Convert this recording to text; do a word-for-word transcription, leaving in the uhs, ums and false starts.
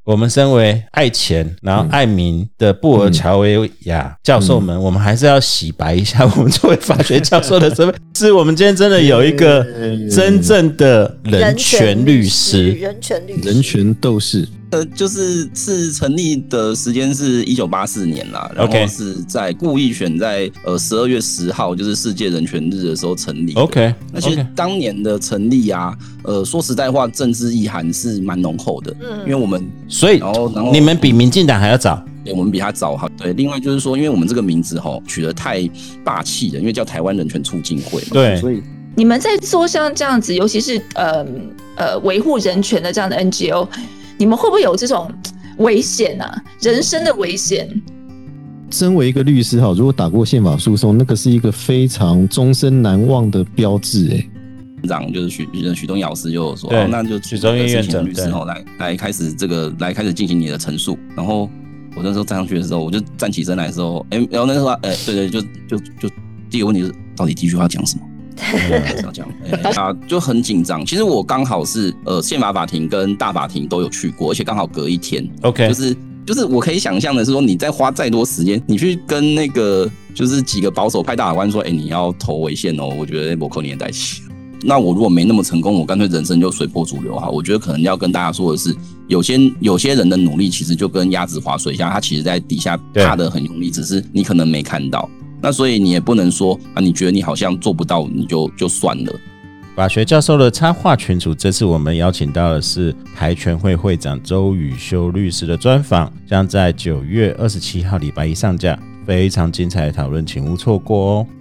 我们身为爱钱然后爱民的布尔乔维亚教授们、嗯、我们还是要洗白一下我们作为法学教授的身份是我们今天真的有一个真正的人权律师， 人权律师， 人权斗士。 呃，就是是成立的时间是一九八四年啦，然后是在故意选在呃十二月十号，就是世界人权日的时候成立。 OK， 那其实当年的成立啊，呃，说实在话，政治意涵是蛮浓厚的，嗯，因为我们所以然后然后你们比民进党还要早。 对，我们比他早哈。对，另外就是说，因为我们这个名字哈取得太霸气了，因为叫台湾人权促进会嘛， 对， 所以你们在做像这样子，尤其是呃呃维护人权的这样的 N G O， 你们会不会有这种危险啊？人生的危险？ 身为一个律师哈，如果打过宪法诉讼，那个是一个非常终身难忘的标志哎。 长就是许许东尧老师就有说， 哦、 那就许宗岳院长律师后来来开始这个来开始进行你的陈述，然后。我那时候站上去的时候，我就站起身来的时候，哎、欸，然后那时候，哎、欸，对对，就就就第一个问题是，到底第一句话要讲什么？开始要讲，哎、欸、啊，就很紧张。其实我刚好是呃宪法法庭跟大法庭都有去过，而且刚好隔一天。 OK， 就是就是我可以想象的是说，你再花再多时间，你去跟那个就是几个保守派大法官说，哎、欸，你要投违宪哦，我觉得我扣你的代期。那我如果没那么成功，我干脆人生就随波逐流哈。我觉得可能要跟大家说的是，有些有些人的努力其实就跟鸭子划水一样，他其实在底下踏得很用力，只是你可能没看到。那所以你也不能说啊，你觉得你好像做不到，你就就算了。 法学教授的插画群组，这次我们邀请到的是台全会会长周宇修律师的专访，将在九月二十七号礼拜一上架，非常精彩的讨论，请勿错过哦。